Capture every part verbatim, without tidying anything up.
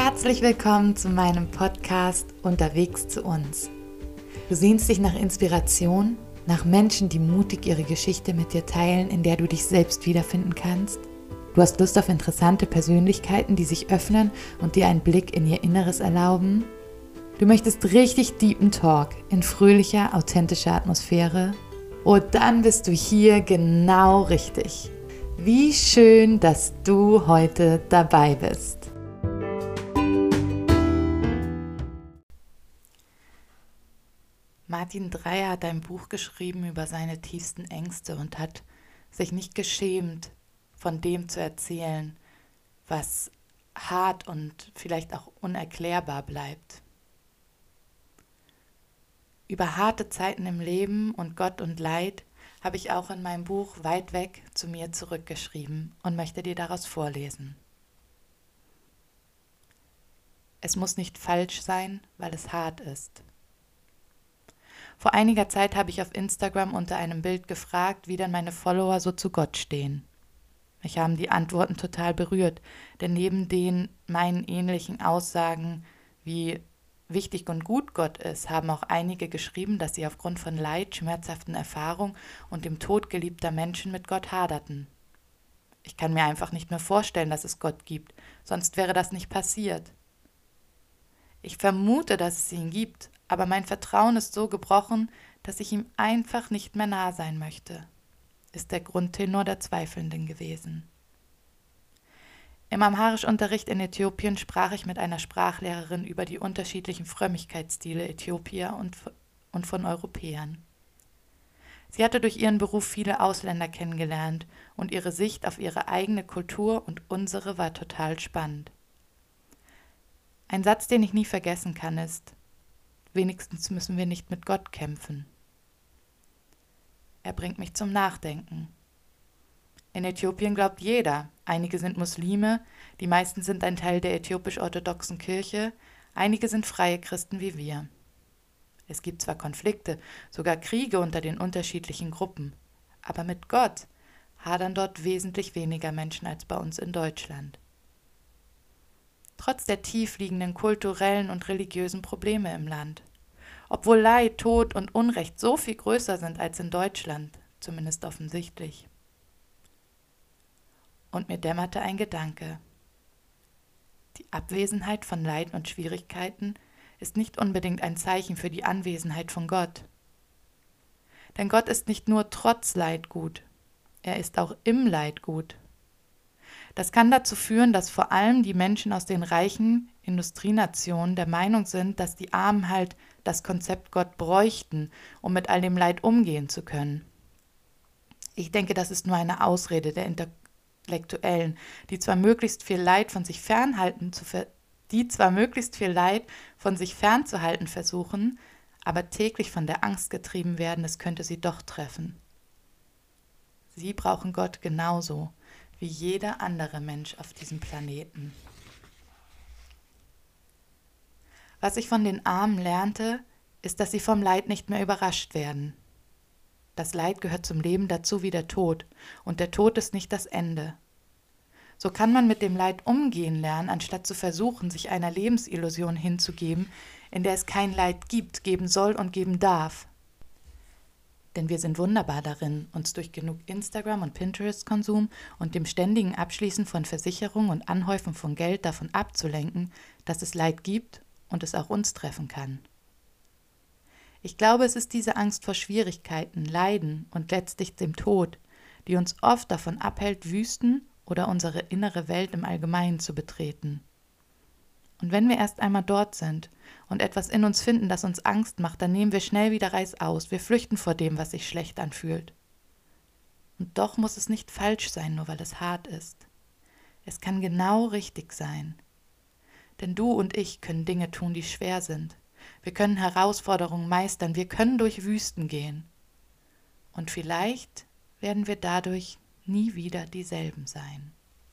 Herzlich willkommen zu meinem Podcast Unterwegs zu uns. Du sehnst dich nach Inspiration, nach Menschen, die mutig ihre Geschichte mit dir teilen, in der du dich selbst wiederfinden kannst. Du hast Lust auf interessante Persönlichkeiten, die sich öffnen und dir einen Blick in ihr Inneres erlauben. Du möchtest richtig deepen Talk in fröhlicher, authentischer Atmosphäre. Und dann bist du hier genau richtig. Wie schön, dass du heute dabei bist. Martin Dreyer hat ein Buch geschrieben über seine tiefsten Ängste und hat sich nicht geschämt, von dem zu erzählen, was hart und vielleicht auch unerklärbar bleibt. Über harte Zeiten im Leben und Gott und Leid habe ich auch in meinem Buch Weit weg zu mir zurückgeschrieben und möchte dir daraus vorlesen. Es muss nicht falsch sein, weil es hart ist. Vor einiger Zeit habe ich auf Instagram unter einem Bild gefragt, wie denn meine Follower so zu Gott stehen. Mich haben die Antworten total berührt, denn neben den meinen ähnlichen Aussagen, wie wichtig und gut Gott ist, haben auch einige geschrieben, dass sie aufgrund von Leid, schmerzhaften Erfahrungen und dem Tod geliebter Menschen mit Gott haderten. Ich kann mir einfach nicht mehr vorstellen, dass es Gott gibt, sonst wäre das nicht passiert. Ich vermute, dass es ihn gibt, aber mein Vertrauen ist so gebrochen, dass ich ihm einfach nicht mehr nah sein möchte, ist der Grundtenor der Zweifelnden gewesen. Im Amharisch-Unterricht in Äthiopien sprach ich mit einer Sprachlehrerin über die unterschiedlichen Frömmigkeitsstile Äthiopier und, und von Europäern. Sie hatte durch ihren Beruf viele Ausländer kennengelernt und ihre Sicht auf ihre eigene Kultur und unsere war total spannend. Ein Satz, den ich nie vergessen kann, ist: Wenigstens müssen wir nicht mit Gott kämpfen. Er bringt mich zum Nachdenken. In Äthiopien glaubt jeder. Einige sind Muslime, die meisten sind ein Teil der äthiopisch-orthodoxen Kirche, einige sind freie Christen wie wir. Es gibt zwar Konflikte, sogar Kriege unter den unterschiedlichen Gruppen, aber mit Gott hadern dort wesentlich weniger Menschen als bei uns in Deutschland. Trotz der tief liegenden kulturellen und religiösen Probleme im Land. Obwohl Leid, Tod und Unrecht so viel größer sind als in Deutschland, zumindest offensichtlich. Und mir dämmerte ein Gedanke. Die Abwesenheit von Leid und Schwierigkeiten ist nicht unbedingt ein Zeichen für die Anwesenheit von Gott. Denn Gott ist nicht nur trotz Leid gut, er ist auch im Leid gut. Das kann dazu führen, dass vor allem die Menschen aus den reichen Industrienationen der Meinung sind, dass die Armen halt das Konzept Gott bräuchten, um mit all dem Leid umgehen zu können. Ich denke, das ist nur eine Ausrede der Intellektuellen, die zwar möglichst viel Leid von sich fernhalten, zu ver- die zwar möglichst viel Leid von sich fernzuhalten versuchen, aber täglich von der Angst getrieben werden, es könnte sie doch treffen. Sie brauchen Gott genauso wie jeder andere Mensch auf diesem Planeten. Was ich von den Armen lernte, ist, dass sie vom Leid nicht mehr überrascht werden. Das Leid gehört zum Leben dazu wie der Tod, und der Tod ist nicht das Ende. So kann man mit dem Leid umgehen lernen, anstatt zu versuchen, sich einer Lebensillusion hinzugeben, in der es kein Leid gibt, geben soll und geben darf. Denn wir sind wunderbar darin, uns durch genug Instagram- und Pinterest-Konsum und dem ständigen Abschließen von Versicherungen und Anhäufen von Geld davon abzulenken, dass es Leid gibt und es auch uns treffen kann. Ich glaube, es ist diese Angst vor Schwierigkeiten, Leiden und letztlich dem Tod, die uns oft davon abhält, Wüsten oder unsere innere Welt im Allgemeinen zu betreten. Und wenn wir erst einmal dort sind und etwas in uns finden, das uns Angst macht, dann nehmen wir schnell wieder reißaus. Wir flüchten vor dem, was sich schlecht anfühlt. Und doch muss es nicht falsch sein, nur weil es hart ist. Es kann genau richtig sein. Denn du und ich können Dinge tun, die schwer sind. Wir können Herausforderungen meistern, wir können durch Wüsten gehen. Und vielleicht werden wir dadurch nie wieder dieselben sein.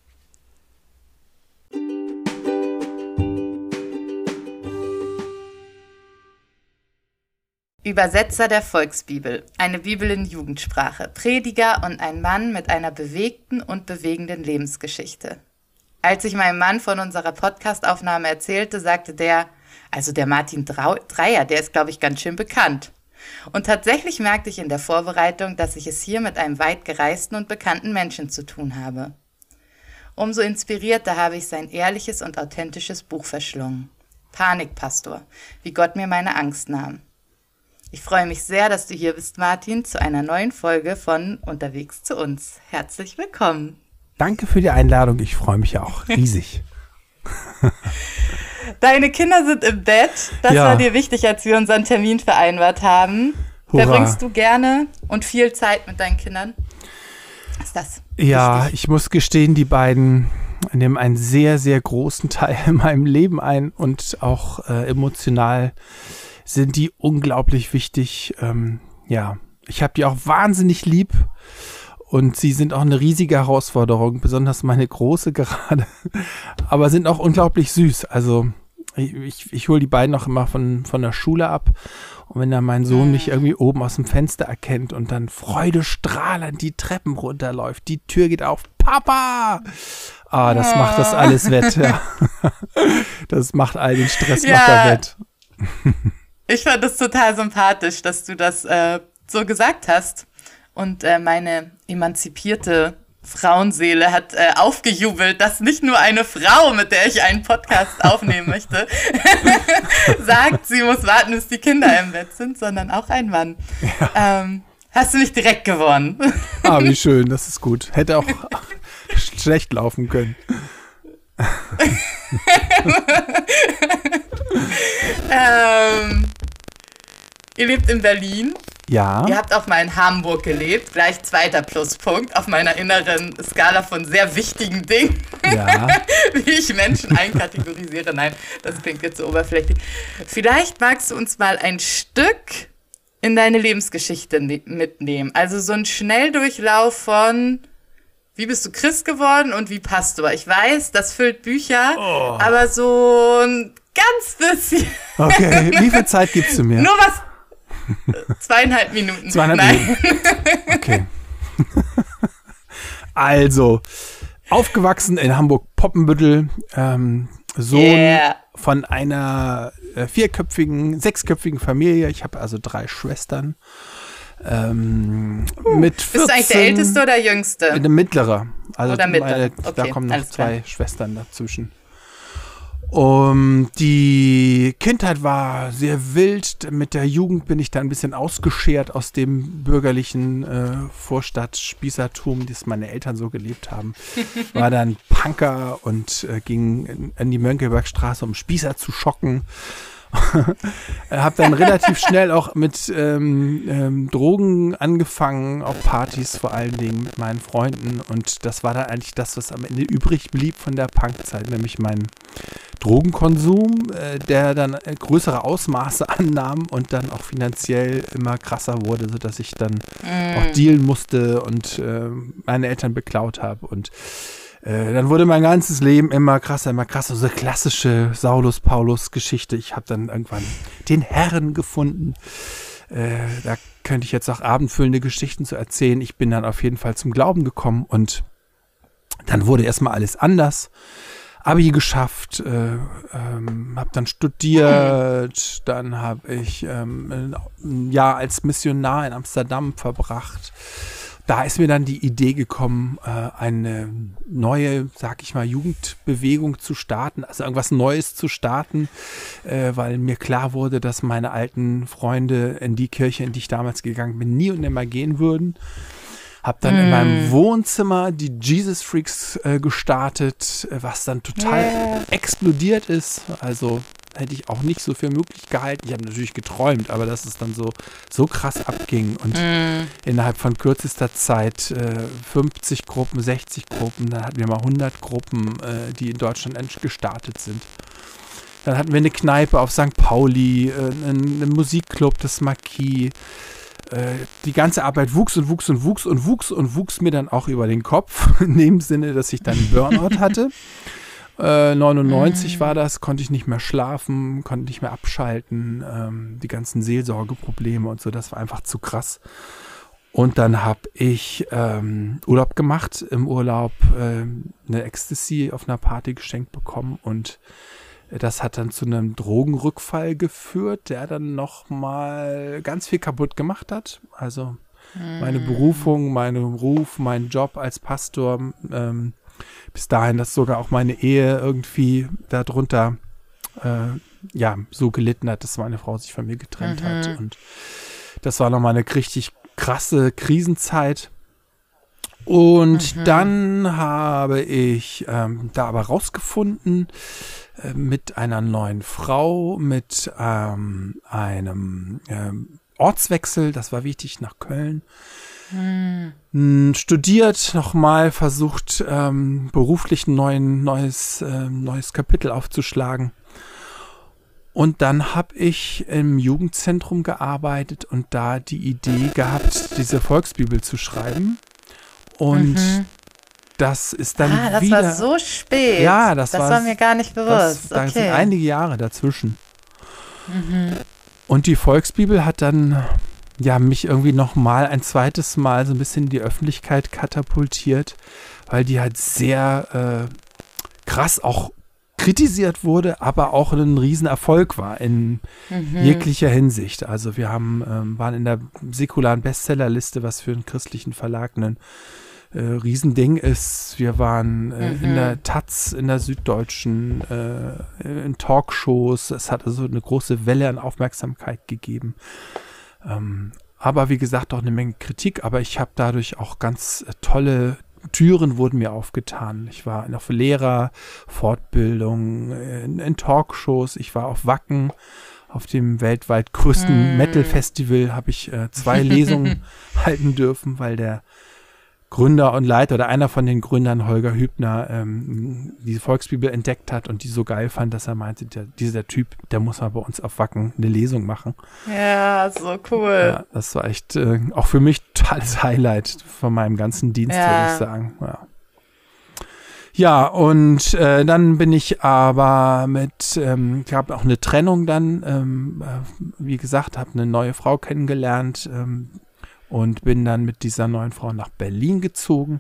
Übersetzer der Volksbibel, eine Bibel in Jugendsprache, Prediger und ein Mann mit einer bewegten und bewegenden Lebensgeschichte. Als ich meinem Mann von unserer Podcast-Aufnahme erzählte, sagte der, also der Martin Drau- Dreyer, der ist, glaube ich, ganz schön bekannt. Und tatsächlich merkte ich in der Vorbereitung, dass ich es hier mit einem weit gereisten und bekannten Menschen zu tun habe. Umso inspirierter habe ich sein ehrliches und authentisches Buch verschlungen. Panikpastor, wie Gott mir meine Angst nahm. Ich freue mich sehr, dass du hier bist, Martin, zu einer neuen Folge von Unterwegs zu uns. Herzlich willkommen. Danke für die Einladung, ich freue mich auch riesig. Deine Kinder sind im Bett, das ja. war dir wichtig, als wir unseren Termin vereinbart haben. Hurra. Verbringst du gerne und viel Zeit mit deinen Kindern? Ist das Ja, wichtig? Ich muss gestehen, die beiden nehmen einen sehr, sehr großen Teil in meinem Leben ein und auch äh, emotional sind die unglaublich wichtig. Ähm, ja, ich habe die auch wahnsinnig lieb. Und sie sind auch eine riesige Herausforderung, besonders meine Große gerade, aber sind auch unglaublich süß. Also ich, ich, ich hole die beiden auch immer von, von der Schule ab und wenn dann mein Sohn mich irgendwie oben aus dem Fenster erkennt und dann freudestrahlend die Treppen runterläuft, die Tür geht auf, Papa! Ah, das macht das alles wett, ja. Das macht all den Stress ja, locker wett. Ich fand es total sympathisch, dass du das äh, so gesagt hast. Und äh, meine emanzipierte Frauenseele hat äh, aufgejubelt, dass nicht nur eine Frau, mit der ich einen Podcast aufnehmen möchte, sagt, sie muss warten, bis die Kinder im Bett sind, sondern auch ein Mann. Ja. Ähm, hast du nicht direkt gewonnen? Ah, wie schön, das ist gut. Hätte auch schlecht laufen können. ähm, ihr lebt in Berlin. Ja. Ihr habt auch mal in Hamburg gelebt, gleich zweiter Pluspunkt auf meiner inneren Skala von sehr wichtigen Dingen, ja. Wie ich Menschen einkategorisiere. Nein, das klingt jetzt so oberflächlich. Vielleicht magst du uns mal ein Stück in deine Lebensgeschichte ne- mitnehmen. Also so ein Schnelldurchlauf von, wie bist du Christ geworden und wie Pastor? Ich weiß, das füllt Bücher, oh. aber so ein ganz bisschen. Okay, wie viel Zeit gibst du mir? Nur was... Zweieinhalb Minuten. Zweieinhalb Nein. Minuten. Okay. Also, aufgewachsen in Hamburg-Poppenbüttel, ähm, Sohn yeah. von einer äh, vierköpfigen, sechsköpfigen Familie. Ich habe also drei Schwestern. Ähm, uh, mit vierzehn, bist du eigentlich der Älteste oder Jüngste? Der Mittlere. Also oder Mittlere. Meine, okay. Da kommen noch Alles zwei klar. Schwestern dazwischen. Um, die Kindheit war sehr wild. Mit der Jugend bin ich da ein bisschen ausgeschert aus dem bürgerlichen äh, Vorstadt-Spießertum, das meine Eltern so gelebt haben. War dann Punker und äh, ging in, in die Mönckebergstraße, um Spießer zu schocken. Hab dann relativ schnell auch mit ähm, ähm, Drogen angefangen, auf Partys vor allen Dingen mit meinen Freunden. Und das war dann eigentlich das, was am Ende übrig blieb von der Punkzeit, nämlich mein Drogenkonsum, äh, der dann äh, größere Ausmaße annahm und dann auch finanziell immer krasser wurde, sodass ich dann mm. auch dealen musste und äh, meine Eltern beklaut habe. Und äh, dann wurde mein ganzes Leben immer krasser, immer krasser. So eine klassische Saulus-Paulus-Geschichte. Ich habe dann irgendwann den Herrn gefunden. Äh, da könnte ich jetzt auch abendfüllende Geschichten zu erzählen. Ich bin dann auf jeden Fall zum Glauben gekommen und dann wurde erstmal alles anders. Abi geschafft, äh, ähm, habe dann studiert, dann habe ich ähm, ein Jahr als Missionar in Amsterdam verbracht. Da ist mir dann die Idee gekommen, äh, eine neue, sag ich mal, Jugendbewegung zu starten, also irgendwas Neues zu starten, äh, weil mir klar wurde, dass meine alten Freunde in die Kirche, in die ich damals gegangen bin, nie und nimmer gehen würden. Hab dann mm. in meinem Wohnzimmer die Jesus Freaks äh, gestartet, was dann total yeah. explodiert ist. Also hätte ich auch nicht so für möglich gehalten. Ich habe natürlich geträumt, aber dass es dann so, so krass abging. Und mm. innerhalb von kürzester Zeit äh, fünfzig Gruppen, sechzig Gruppen, dann hatten wir mal hundert Gruppen, äh, die in Deutschland gestartet sind. Dann hatten wir eine Kneipe auf Sankt Pauli, äh, einen, einen Musikclub, das Marquis. Die ganze Arbeit wuchs und wuchs und wuchs und wuchs und wuchs mir dann auch über den Kopf, in dem Sinne, dass ich dann einen Burnout hatte. Äh, neunundneunzig mm. war das, konnte ich nicht mehr schlafen, konnte nicht mehr abschalten, ähm, die ganzen Seelsorgeprobleme und so, das war einfach zu krass. Und dann habe ich ähm, Urlaub gemacht, im Urlaub ähm, eine Ecstasy auf einer Party geschenkt bekommen und das hat dann zu einem Drogenrückfall geführt, der dann nochmal ganz viel kaputt gemacht hat. Also meine Berufung, mein Ruf, mein Job als Pastor, ähm, bis dahin, dass sogar auch meine Ehe irgendwie darunter äh, ja, so gelitten hat, dass meine Frau sich von mir getrennt mhm. hat. Und das war nochmal eine richtig krasse Krisenzeit. Und mhm. dann habe ich ähm, da aber rausgefunden, äh, mit einer neuen Frau, mit ähm, einem ähm, Ortswechsel, das war wichtig, nach Köln, mhm. studiert, nochmal versucht, ähm, beruflich ein neuen, neues, äh, neues Kapitel aufzuschlagen. Und dann habe ich im Jugendzentrum gearbeitet und da die Idee gehabt, diese Volksbibel zu schreiben. Und mhm. das ist dann ah, das wieder... das war so spät. Ja, das, das war, war mir gar nicht bewusst. Das, da okay. sind einige Jahre dazwischen. Mhm. Und die Volksbibel hat dann ja mich irgendwie nochmal ein zweites Mal so ein bisschen in die Öffentlichkeit katapultiert, weil die halt sehr äh, krass auch kritisiert wurde, aber auch ein Riesenerfolg war in mhm. jeglicher Hinsicht. Also wir haben ähm, waren in der säkularen Bestsellerliste, was für einen christlichen Verlag ein äh, Riesending ist. Wir waren äh, mhm. in der Taz, in der Süddeutschen, äh, in Talkshows. Es hat also eine große Welle an Aufmerksamkeit gegeben. Ähm, aber wie gesagt auch eine Menge Kritik, aber ich habe dadurch auch ganz äh, tolle Türen wurden mir aufgetan. Ich war auf Lehrer, Fortbildung, in, in Talkshows, ich war auf Wacken, auf dem weltweit größten mm. Metal-Festival habe ich äh, zwei Lesungen halten dürfen, weil der Gründer und Leiter oder einer von den Gründern, Holger Hübner, ähm, die Volksbibel entdeckt hat und die so geil fand, dass er meinte, der, dieser Typ, der muss mal bei uns auf Wacken eine Lesung machen. Ja, so cool. Ja, das war echt äh, auch für mich totales Highlight von meinem ganzen Dienst, ja. würde ich sagen. Ja, ja und äh, dann bin ich aber mit, ähm, ich habe auch eine Trennung dann, ähm, äh, wie gesagt, habe eine neue Frau kennengelernt, ähm, und bin dann mit dieser neuen Frau nach Berlin gezogen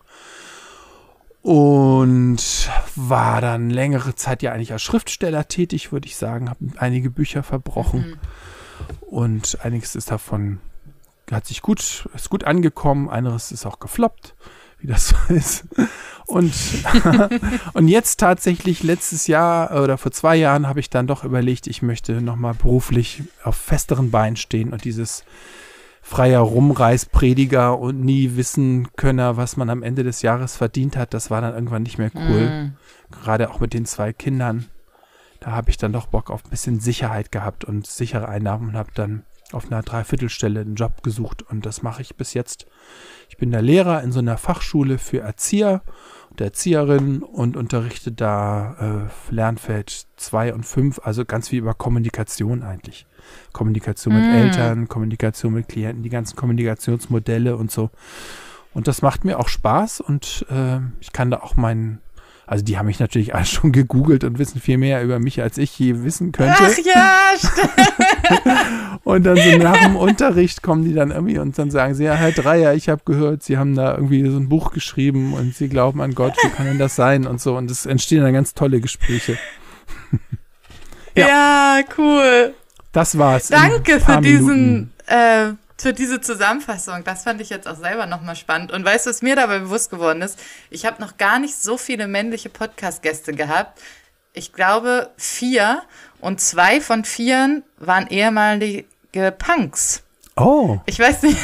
und war dann längere Zeit ja eigentlich als Schriftsteller tätig, würde ich sagen, habe einige Bücher verbrochen mhm. und einiges ist davon, hat sich gut, ist gut angekommen, anderes ist auch gefloppt, wie das so ist. Und, und jetzt tatsächlich letztes Jahr oder vor zwei Jahren habe ich dann doch überlegt, ich möchte nochmal beruflich auf festeren Beinen stehen und dieses freier Rumreißprediger und nie wissen können, was man am Ende des Jahres verdient hat, das war dann irgendwann nicht mehr cool. Mm. Gerade auch mit den zwei Kindern. Da habe ich dann doch Bock auf ein bisschen Sicherheit gehabt und sichere Einnahmen und habe dann auf einer Dreiviertelstelle einen Job gesucht und das mache ich bis jetzt. Ich bin der Lehrer in so einer Fachschule für Erzieher und Erzieherinnen und unterrichte da äh, Lernfeld zwei und fünf, also ganz viel über Kommunikation eigentlich. Kommunikation mit mm. Eltern, Kommunikation mit Klienten, die ganzen Kommunikationsmodelle und so. Und das macht mir auch Spaß und äh, ich kann da auch meinen, also die haben mich natürlich alle schon gegoogelt und wissen viel mehr über mich, als ich je wissen könnte. Ach ja, stimmt. Und dann so nach dem Unterricht kommen die dann irgendwie und dann sagen sie, ja, Herr Dreier, ich habe gehört, Sie haben da irgendwie so ein Buch geschrieben und Sie glauben an Gott, wie kann denn das sein und so. Und es entstehen dann ganz tolle Gespräche. ja. ja, cool. Das war's. Danke für diesen, äh, für diese Zusammenfassung. Das fand ich jetzt auch selber nochmal spannend. Und weißt du, was mir dabei bewusst geworden ist? Ich habe noch gar nicht so viele männliche Podcast-Gäste gehabt. Ich glaube vier. Und zwei von vieren waren ehemalige Punks. Oh. Ich weiß nicht,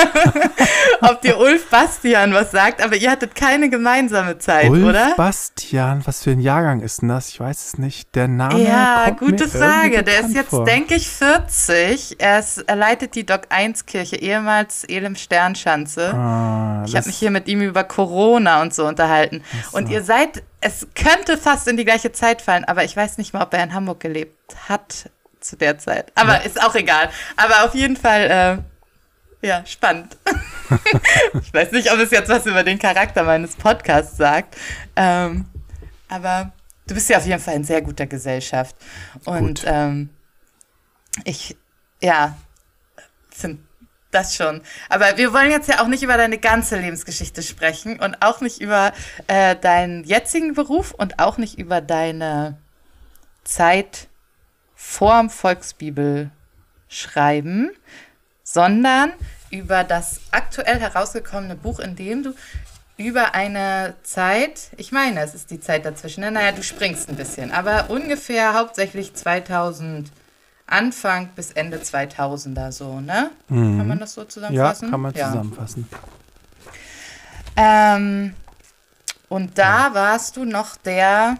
ob dir Ulf Bastian was sagt, aber ihr hattet keine gemeinsame Zeit, Ulf oder? Ulf Bastian, was für ein Jahrgang ist denn das? Ich weiß es nicht. Der Name Ja, kommt gute mir Frage. Der ist jetzt, vor. denke ich, vierzig. Er, ist, er leitet die Doc eins Kirche, ehemals Elim Sternschanze. Ah, ich habe mich hier mit ihm über Corona und so unterhalten. So. Und ihr seid, es könnte fast in die gleiche Zeit fallen, aber ich weiß nicht mal, ob er in Hamburg gelebt hat zu der Zeit. Aber ja. Ist auch egal. Aber auf jeden Fall, äh, ja, spannend. Ich weiß nicht, ob es jetzt was über den Charakter meines Podcasts sagt. Ähm, aber du bist ja auf jeden Fall in sehr guter Gesellschaft. Und ähm, ich, ja, finde Das schon. Aber wir wollen jetzt ja auch nicht über deine ganze Lebensgeschichte sprechen und auch nicht über äh, deinen jetzigen Beruf und auch nicht über deine Zeit vorm Volksbibel schreiben, sondern über das aktuell herausgekommene Buch, in dem du über eine Zeit, ich meine, es ist die Zeit dazwischen, ne? Naja, du springst ein bisschen, aber ungefähr hauptsächlich zweitausend, Anfang bis Ende zweitausender so, ne? Mhm. Kann man das so zusammenfassen? Ja, kann man ja. zusammenfassen. Ähm, und da ja. warst du noch der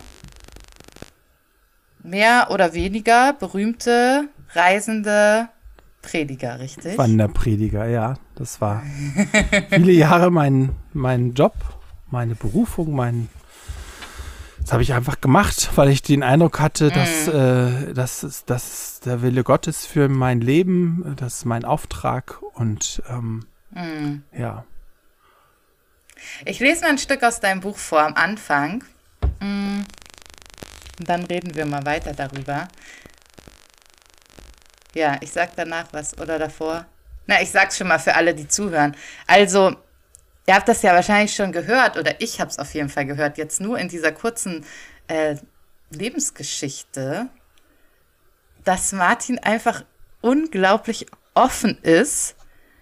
mehr oder weniger berühmte reisende Prediger, richtig? Wanderprediger, ja. Das war viele Jahre mein, mein Job, meine Berufung, mein das habe ich einfach gemacht, weil ich den Eindruck hatte, dass, mm. äh, dass, dass der Wille Gottes für mein Leben, das ist mein Auftrag und ähm, mm. ja. Ich lese mal ein Stück aus deinem Buch vor am Anfang mm. und dann reden wir mal weiter darüber. Ja, ich sag danach was oder davor. Na, ich sag's schon mal für alle, die zuhören. Also, ihr habt das ja wahrscheinlich schon gehört, oder ich habe es auf jeden Fall gehört, jetzt nur in dieser kurzen äh, Lebensgeschichte, dass Martin einfach unglaublich offen ist,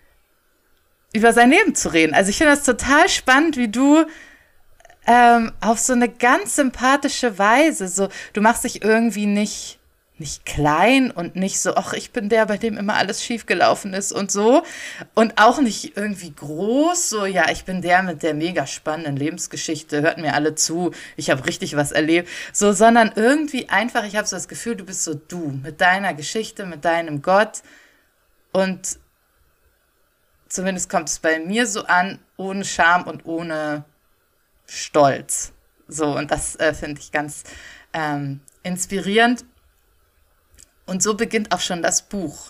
über sein Leben zu reden. Also ich finde das total spannend, wie du ähm, auf so eine ganz sympathische Weise, so du machst dich irgendwie nicht... nicht klein und nicht so, ach, ich bin der, bei dem immer alles schief gelaufen ist und so. Und auch nicht irgendwie groß, so, ja, ich bin der mit der mega spannenden Lebensgeschichte, hört mir alle zu, ich habe richtig was erlebt. So, sondern irgendwie einfach, ich habe so das Gefühl, du bist so du, mit deiner Geschichte, mit deinem Gott. Und zumindest kommt es bei mir so an, ohne Scham und ohne Stolz. So, und das äh, finde ich ganz ähm, inspirierend. Und so beginnt auch schon das Buch.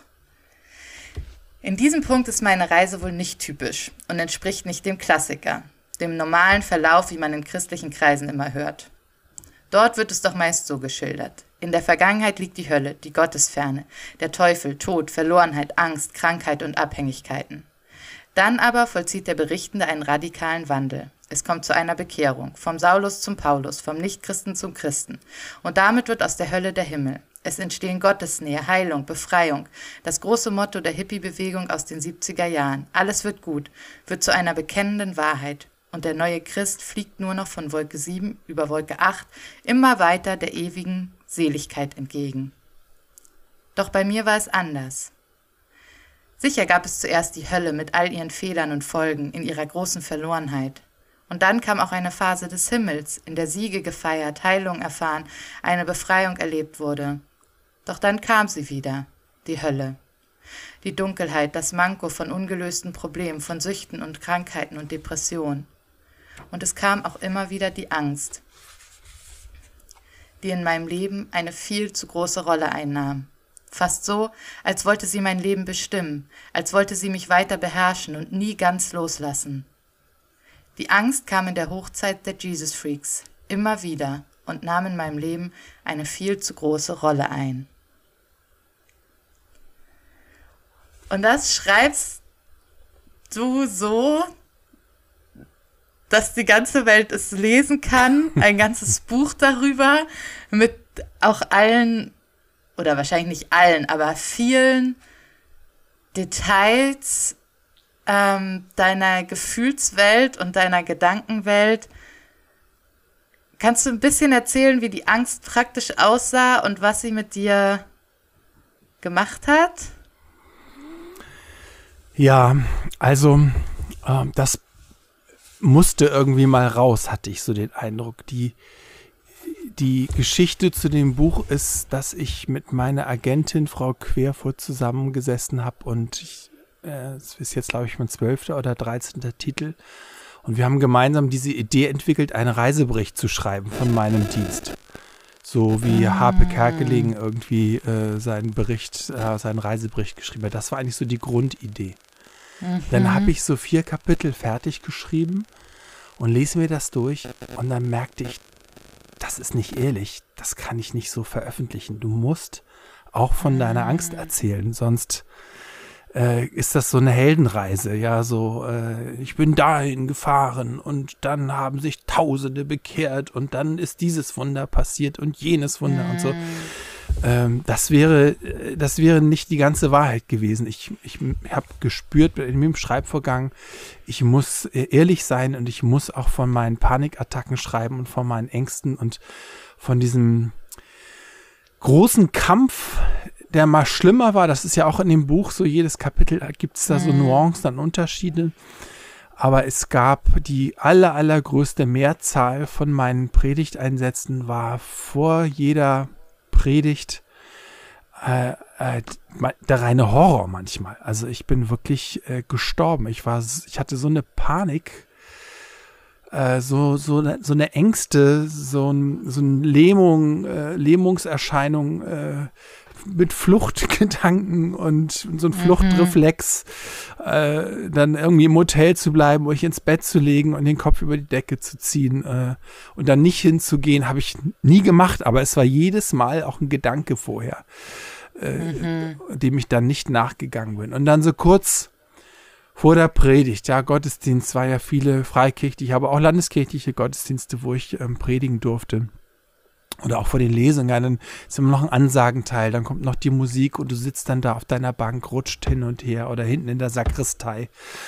In diesem Punkt ist meine Reise wohl nicht typisch und entspricht nicht dem Klassiker, dem normalen Verlauf, wie man in christlichen Kreisen immer hört. Dort wird es doch meist so geschildert. In der Vergangenheit liegt die Hölle, die Gottesferne, der Teufel, Tod, Verlorenheit, Angst, Krankheit und Abhängigkeiten. Dann aber vollzieht der Berichtende einen radikalen Wandel. Es kommt zu einer Bekehrung, vom Saulus zum Paulus, vom Nichtchristen zum Christen. Und damit wird aus der Hölle der Himmel. Es entstehen Gottesnähe, Heilung, Befreiung. Das große Motto der Hippie-Bewegung aus den siebziger Jahren. Alles wird gut, wird zu einer bekennenden Wahrheit. Und der neue Christ fliegt nur noch von Wolke sieben über Wolke acht immer weiter der ewigen Seligkeit entgegen. Doch bei mir war es anders. Sicher gab es zuerst die Hölle mit all ihren Fehlern und Folgen in ihrer großen Verlorenheit. Und dann kam auch eine Phase des Himmels, in der Siege gefeiert, Heilung erfahren, eine Befreiung erlebt wurde. Doch dann kam sie wieder, die Hölle. Die Dunkelheit, das Manko von ungelösten Problemen, von Süchten und Krankheiten und Depressionen. Und es kam auch immer wieder die Angst, die in meinem Leben eine viel zu große Rolle einnahm. Fast so, als wollte sie mein Leben bestimmen, als wollte sie mich weiter beherrschen und nie ganz loslassen. Die Angst kam in der Hochzeit der Jesus Freaks immer wieder und nahm in meinem Leben eine viel zu große Rolle ein. Und das schreibst du so, dass die ganze Welt es lesen kann, ein ganzes Buch darüber, mit auch allen, oder wahrscheinlich nicht allen, aber vielen Details ähm, deiner Gefühlswelt und deiner Gedankenwelt. Kannst du ein bisschen erzählen, wie die Angst praktisch aussah und was sie mit dir gemacht hat? Ja, also äh, das musste irgendwie mal raus, hatte ich so den Eindruck. Die, die Geschichte zu dem Buch ist, dass ich mit meiner Agentin Frau Querfurt zusammengesessen habe und ich, äh, es ist jetzt, glaube ich, mein zwölfter oder dreizehnter Titel. Und wir haben gemeinsam diese Idee entwickelt, einen Reisebericht zu schreiben von meinem Dienst. So wie Harpe Kerkeling irgendwie äh, seinen Bericht, äh, seinen Reisebericht geschrieben hat. Das war eigentlich so die Grundidee. Mhm. Dann habe ich so vier Kapitel fertig geschrieben und lese mir das durch und dann merkte ich, das ist nicht ehrlich, das kann ich nicht so veröffentlichen. Du musst auch von deiner Angst erzählen, sonst äh, ist das so eine Heldenreise, ja, so, äh, ich bin dahin gefahren und dann haben sich Tausende bekehrt und dann ist dieses Wunder passiert und jenes Wunder mm. und so. Ähm, das wäre, das wäre nicht die ganze Wahrheit gewesen. Ich, ich habe gespürt in meinem Schreibvorgang, ich muss ehrlich sein und ich muss auch von meinen Panikattacken schreiben und von meinen Ängsten und von diesem großen Kampf, der mal schlimmer war. Das ist ja auch in dem Buch so, jedes Kapitel gibt es da so Nuancen an Unterschiede. Aber es gab die aller, allergrößte Mehrzahl von meinen Predigteinsätzen war vor jeder Predigt äh, äh, der reine Horror manchmal. Also ich bin wirklich äh, gestorben. Ich war, ich hatte so eine Panik, äh, so so so eine Ängste, so ein so eine Lähmung, äh, Lähmungserscheinung äh, mit Fluchtgedanken und so ein Fluchtreflex, mhm. äh, dann irgendwie im Hotel zu bleiben, euch ins Bett zu legen und den Kopf über die Decke zu ziehen äh, und dann nicht hinzugehen, habe ich nie gemacht, aber es war jedes Mal auch ein Gedanke vorher, äh, mhm. dem ich dann nicht nachgegangen bin. Und dann so kurz vor der Predigt, ja, Gottesdienst war ja viele freikirchliche, aber auch landeskirchliche Gottesdienste, wo ich ähm, predigen durfte. Oder auch vor den Lesungen, dann ist immer noch ein Ansagenteil, dann kommt noch die Musik und du sitzt dann da auf deiner Bank, rutscht hin und her oder hinten in der Sakristei.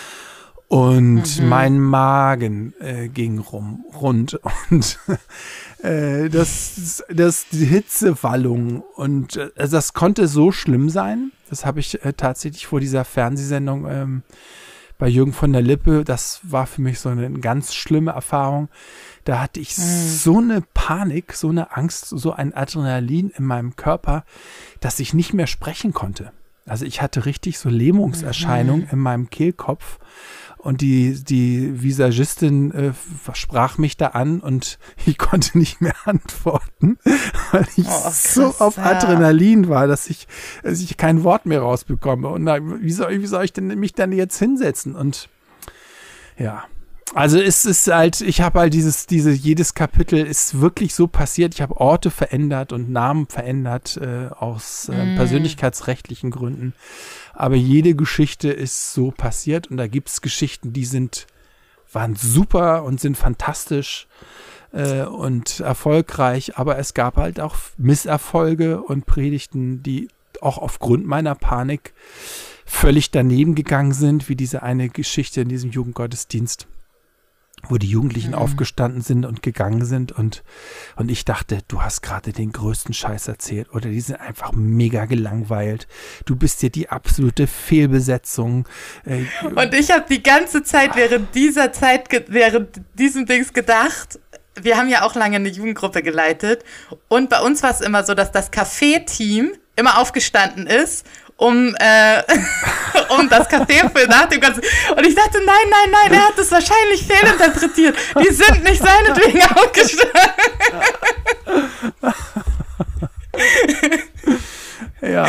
Und mhm. mein Magen äh, ging rum, rund und äh, das, das, die Hitzewallung und äh, also das konnte so schlimm sein. Das habe ich äh, tatsächlich vor dieser Fernsehsendung ähm, bei Jürgen von der Lippe, das war für mich so eine ganz schlimme Erfahrung. Da hatte ich mhm. so eine Panik, so eine Angst, so ein Adrenalin in meinem Körper, dass ich nicht mehr sprechen konnte. Also ich hatte richtig so Lähmungserscheinungen mhm. in meinem Kehlkopf und die, die Visagistin äh, sprach mich da an und ich konnte nicht mehr antworten, weil ich oh, krass, so auf Adrenalin war, dass ich, dass ich kein Wort mehr rausbekomme. Und na, wie soll, wie soll ich denn mich dann jetzt hinsetzen? Und ja, also es ist halt, ich habe halt dieses, diese, jedes Kapitel ist wirklich so passiert. Ich habe Orte verändert und Namen verändert äh, aus äh, mm. persönlichkeitsrechtlichen Gründen. Aber jede Geschichte ist so passiert und da gibt es Geschichten, die sind, waren super und sind fantastisch äh, und erfolgreich. Aber es gab halt auch Misserfolge und Predigten, die auch aufgrund meiner Panik völlig daneben gegangen sind, wie diese eine Geschichte in diesem Jugendgottesdienst, wo die Jugendlichen mhm. aufgestanden sind und gegangen sind und, und ich dachte, du hast gerade den größten Scheiß erzählt oder die sind einfach mega gelangweilt. Du bist hier die absolute Fehlbesetzung. Äh, und ich habe die ganze Zeit während dieser Zeit, während diesem Dings gedacht, wir haben ja auch lange eine Jugendgruppe geleitet und bei uns war es immer so, dass das Café-Team immer aufgestanden ist, um, äh, um das Café für nach dem Ganzen. Und ich dachte, nein, nein, nein, er hat es wahrscheinlich fehlinterpretiert. Die sind nicht seinetwegen aufgestanden. Ja.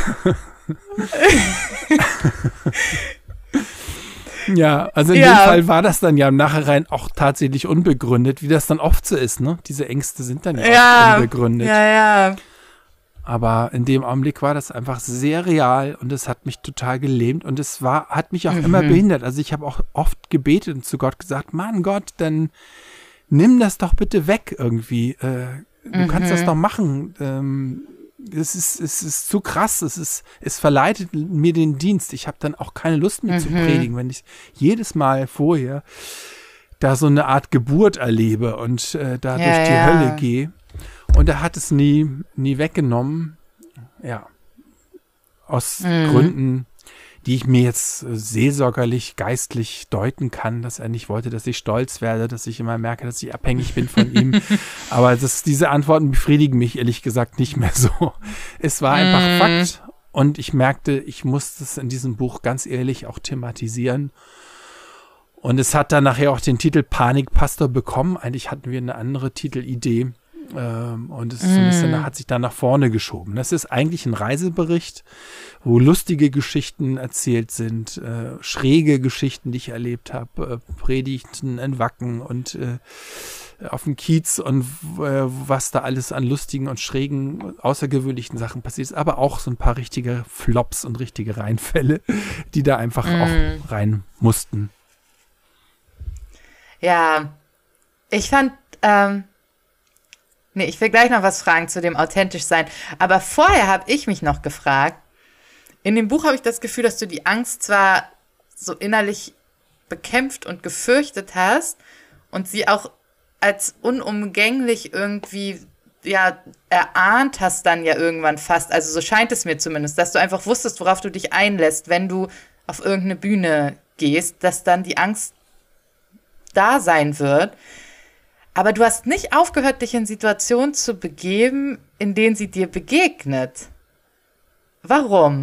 Ja, also in ja. dem Fall war das dann ja im Nachhinein auch tatsächlich unbegründet, wie das dann oft so ist, ne? Diese Ängste sind dann ja, ja. auch unbegründet. Ja, ja. Aber in dem Augenblick war das einfach sehr real und es hat mich total gelähmt und es war, hat mich auch mhm. immer behindert. Also ich habe auch oft gebetet und zu Gott gesagt, Mann Gott, dann nimm das doch bitte weg irgendwie. Äh, du mhm. kannst das doch machen. Ähm, es ist, es ist zu krass. Es ist, es verleitet mir den Dienst. Ich habe dann auch keine Lust mehr mhm. zu predigen, wenn ich jedes Mal vorher da so eine Art Geburt erlebe und äh, da ja, durch die ja. Hölle gehe. Und er hat es nie, nie weggenommen. Ja. Aus mhm. Gründen, die ich mir jetzt seelsorgerlich, geistlich deuten kann, dass er nicht wollte, dass ich stolz werde, dass ich immer merke, dass ich abhängig bin von ihm. Aber das, diese Antworten befriedigen mich ehrlich gesagt nicht mehr so. Es war einfach mhm. Fakt. Und ich merkte, ich muss das in diesem Buch ganz ehrlich auch thematisieren. Und es hat dann nachher auch den Titel Panikpastor bekommen. Eigentlich hatten wir eine andere Titelidee. Ähm, und es ist so ein bisschen, hat sich dann nach vorne geschoben. Das ist eigentlich ein Reisebericht, wo lustige Geschichten erzählt sind, äh, schräge Geschichten, die ich erlebt habe, äh, Predigten in Wacken und äh, auf dem Kiez und äh, was da alles an lustigen und schrägen, außergewöhnlichen Sachen passiert ist, aber auch so ein paar richtige Flops und richtige Reinfälle, die da einfach mm. auch rein mussten. Ja, ich fand, ähm, nee, ich will gleich noch was fragen zu dem authentisch sein, aber vorher habe ich mich noch gefragt, in dem Buch habe ich das Gefühl, dass du die Angst zwar so innerlich bekämpft und gefürchtet hast und sie auch als unumgänglich irgendwie, ja, erahnt hast dann ja irgendwann fast, also so scheint es mir zumindest, dass du einfach wusstest, worauf du dich einlässt, wenn du auf irgendeine Bühne gehst, dass dann die Angst da sein wird. Aber du hast nicht aufgehört, dich in Situationen zu begeben, in denen sie dir begegnet. Warum?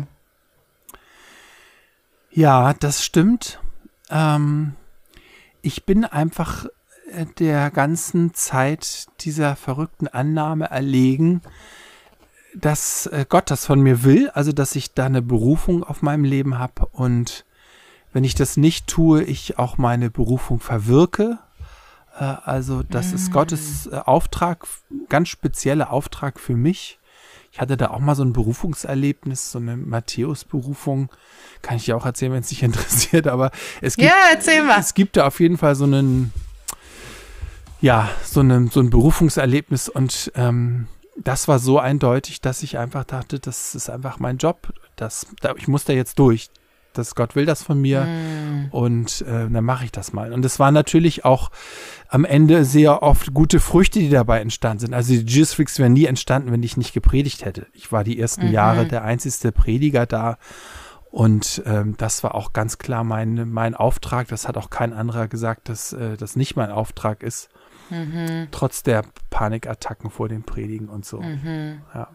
Ja, das stimmt. Ähm, ich bin einfach der ganzen Zeit dieser verrückten Annahme erlegen, dass Gott das von mir will, also dass ich da eine Berufung auf meinem Leben habe und wenn ich das nicht tue, ich auch meine Berufung verwirke. Also das mm. ist Gottes Auftrag, ganz spezieller Auftrag für mich. Ich hatte da auch mal so ein Berufungserlebnis, so eine Matthäus-Berufung. Kann ich dir auch erzählen, wenn es dich interessiert. Aber es gibt, ja, erzähl mal. Es gibt da auf jeden Fall so einen, ja, so, eine, so ein Berufungserlebnis. Und ähm, das war so eindeutig, dass ich einfach dachte, das ist einfach mein Job. Das, da, ich muss da jetzt durch. Das, Gott will das von mir mm. und äh, dann mache ich das mal. Und es waren natürlich auch am Ende sehr oft gute Früchte, die dabei entstanden sind. Also die Jesus Freaks wären nie entstanden, wenn ich nicht gepredigt hätte. Ich war die ersten mhm. Jahre der einzigste Prediger da und ähm, das war auch ganz klar mein, mein Auftrag. Das hat auch kein anderer gesagt, dass äh, das nicht mein Auftrag ist. Mhm. Trotz der Panikattacken vor dem Predigen und so. Mhm. Ja.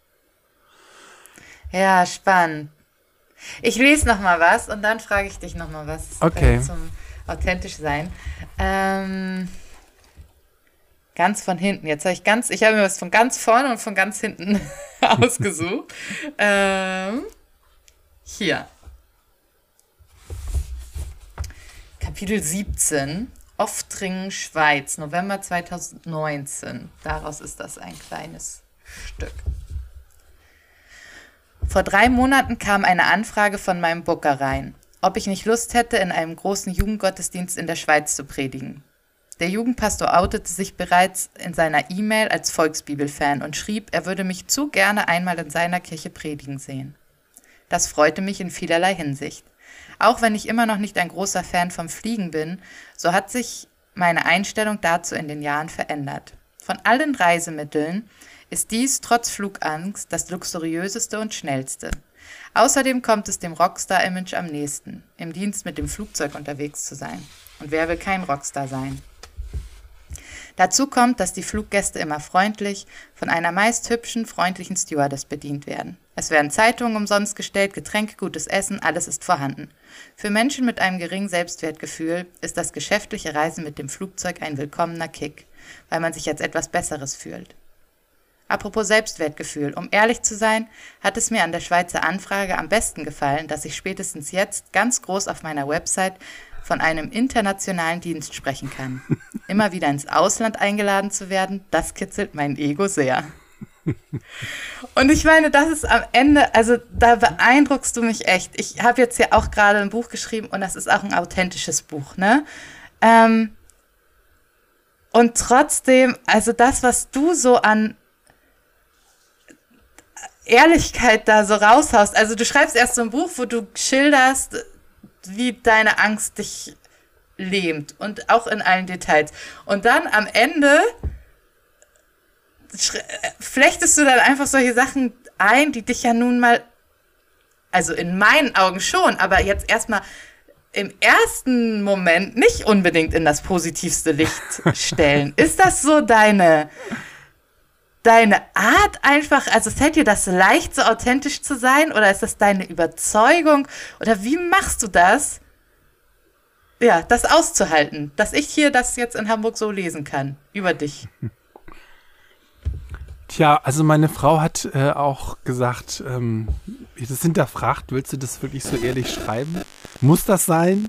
Ja, spannend. Ich lese noch mal was und dann frage ich dich noch mal was okay. äh, zum authentisch sein. Ähm, ganz von hinten. Jetzt habe ich ganz, ich habe mir was von ganz vorne und von ganz hinten ausgesucht. ähm, hier. Kapitel siebzehn. Oftringen, Schweiz, November zweitausendneunzehn. Daraus ist das ein kleines Stück. Vor drei Monaten kam eine Anfrage von meinem Booker rein, ob ich nicht Lust hätte, in einem großen Jugendgottesdienst in der Schweiz zu predigen. Der Jugendpastor outete sich bereits in seiner E-Mail als Volksbibel-Fan und schrieb, er würde mich zu gerne einmal in seiner Kirche predigen sehen. Das freute mich in vielerlei Hinsicht. Auch wenn ich immer noch nicht ein großer Fan vom Fliegen bin, so hat sich meine Einstellung dazu in den Jahren verändert. Von allen Reisemitteln ist dies trotz Flugangst das luxuriöseste und schnellste. Außerdem kommt es dem Rockstar-Image am nächsten, im Dienst mit dem Flugzeug unterwegs zu sein. Und wer will kein Rockstar sein? Dazu kommt, dass die Fluggäste immer freundlich von einer meist hübschen, freundlichen Stewardess bedient werden. Es werden Zeitungen umsonst gestellt, Getränke, gutes Essen, alles ist vorhanden. Für Menschen mit einem geringen Selbstwertgefühl ist das geschäftliche Reisen mit dem Flugzeug ein willkommener Kick, weil man sich als etwas Besseres fühlt. Apropos Selbstwertgefühl, um ehrlich zu sein, hat es mir an der Schweizer Anfrage am besten gefallen, dass ich spätestens jetzt ganz groß auf meiner Website von einem internationalen Dienst sprechen kann. Immer wieder ins Ausland eingeladen zu werden, das kitzelt mein Ego sehr. Und ich meine, das ist am Ende, also da beeindruckst du mich echt. Ich habe jetzt ja auch gerade ein Buch geschrieben und das ist auch ein authentisches Buch, ne? Ähm, und trotzdem, also das, was du so an Ehrlichkeit da so raushaust. Also du schreibst erst so ein Buch, wo du schilderst, wie deine Angst dich lähmt und auch in allen Details. Und dann am Ende flechtest du dann einfach solche Sachen ein, die dich ja nun mal, also in meinen Augen schon, aber jetzt erstmal im ersten Moment nicht unbedingt in das positivste Licht stellen. Ist das so deine... deine Art einfach, also fällt dir das leicht, so authentisch zu sein oder ist das deine Überzeugung oder wie machst du das, ja, das auszuhalten, dass ich hier das jetzt in Hamburg so lesen kann, über dich? Tja, also meine Frau hat äh, auch gesagt, ähm, das hinterfragt, willst du das wirklich so ehrlich schreiben? Muss das sein?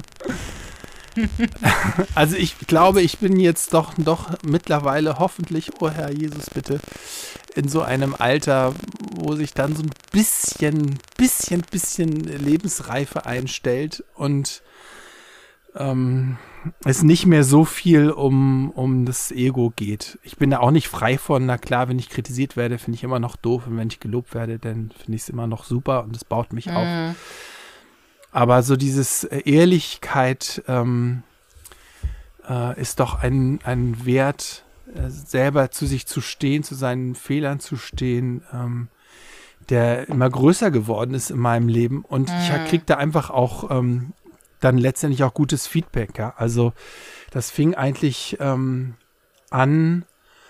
Also ich glaube, ich bin jetzt doch, doch mittlerweile hoffentlich, oh Herr Jesus, bitte, in so einem Alter, wo sich dann so ein bisschen, bisschen, bisschen Lebensreife einstellt und ähm, es nicht mehr so viel um, um das Ego geht. Ich bin da auch nicht frei von, na klar, wenn ich kritisiert werde, finde ich immer noch doof und wenn ich gelobt werde, dann finde ich es immer noch super und es baut mich mm. auf. Aber so dieses äh, Ehrlichkeit ähm, äh, ist doch ein, ein Wert, äh, selber zu sich zu stehen, zu seinen Fehlern zu stehen, ähm, der immer größer geworden ist in meinem Leben. Und mm. ich kriege da einfach auch ähm, dann letztendlich auch gutes Feedback. Ja? Also das fing eigentlich ähm, an,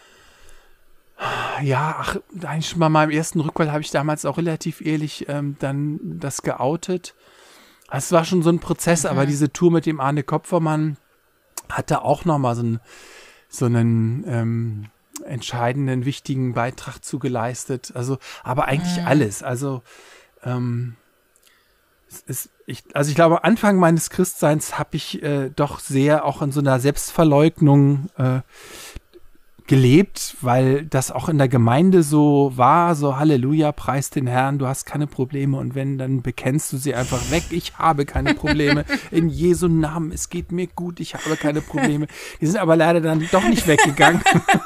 ja, ach, eigentlich schon bei meinem ersten Rückfall habe ich damals auch relativ ehrlich ähm, dann das geoutet. Es war schon so ein Prozess, mhm. aber diese Tour mit dem Arne Kopfermann hatte auch nochmal so, ein, so einen ähm, entscheidenden, wichtigen Beitrag zu geleistet. Also, aber eigentlich mhm. alles. Also, ähm, es ist, ich, also ich glaube, am Anfang meines Christseins habe ich äh, doch sehr auch in so einer Selbstverleugnung äh, gelebt, weil das auch in der Gemeinde so war, so Halleluja, preis den Herrn, du hast keine Probleme und wenn, dann bekennst du sie einfach weg, ich habe keine Probleme, in Jesu Namen, es geht mir gut, ich habe keine Probleme. Die sind aber leider dann doch nicht weggegangen.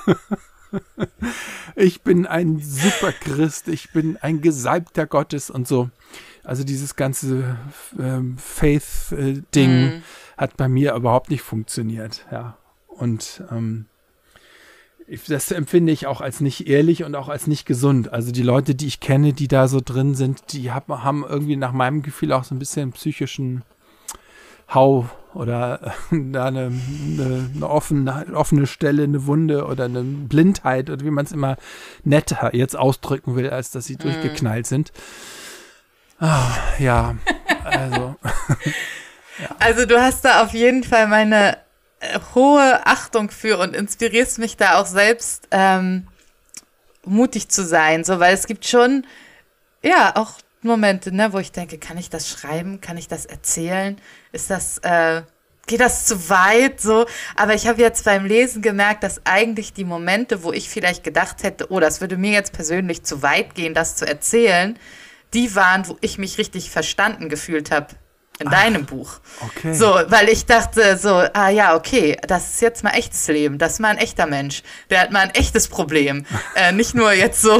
Ich bin ein super Christ, ich bin ein Gesalbter Gottes und so. Also dieses ganze ähm, Faith-Ding mm. hat bei mir überhaupt nicht funktioniert, ja. Und ähm, ich, das empfinde ich auch als nicht ehrlich und auch als nicht gesund. Also die Leute, die ich kenne, die da so drin sind, die hab, haben irgendwie nach meinem Gefühl auch so ein bisschen psychischen Hau oder da eine, eine, eine offene, offene Stelle, eine Wunde oder eine Blindheit oder wie man es immer netter jetzt ausdrücken will, als dass sie mm. durchgeknallt sind. Ah, ja, also. ja. Also du hast da auf jeden Fall meine äh, hohe Achtung für und inspirierst mich da auch selbst ähm, mutig zu sein, so, weil es gibt schon, ja, auch Momente, ne, wo ich denke, kann ich das schreiben, kann ich das erzählen, ist das, äh, geht das zu weit, so, aber ich habe jetzt beim Lesen gemerkt, dass eigentlich die Momente, wo ich vielleicht gedacht hätte, oh, das würde mir jetzt persönlich zu weit gehen, das zu erzählen, die waren, wo ich mich richtig verstanden gefühlt habe in Ach, deinem Buch. Okay. So, weil ich dachte so, ah ja, okay, das ist jetzt mal echtes Leben, das ist mal ein echter Mensch, der hat mal ein echtes Problem. äh, nicht nur jetzt so,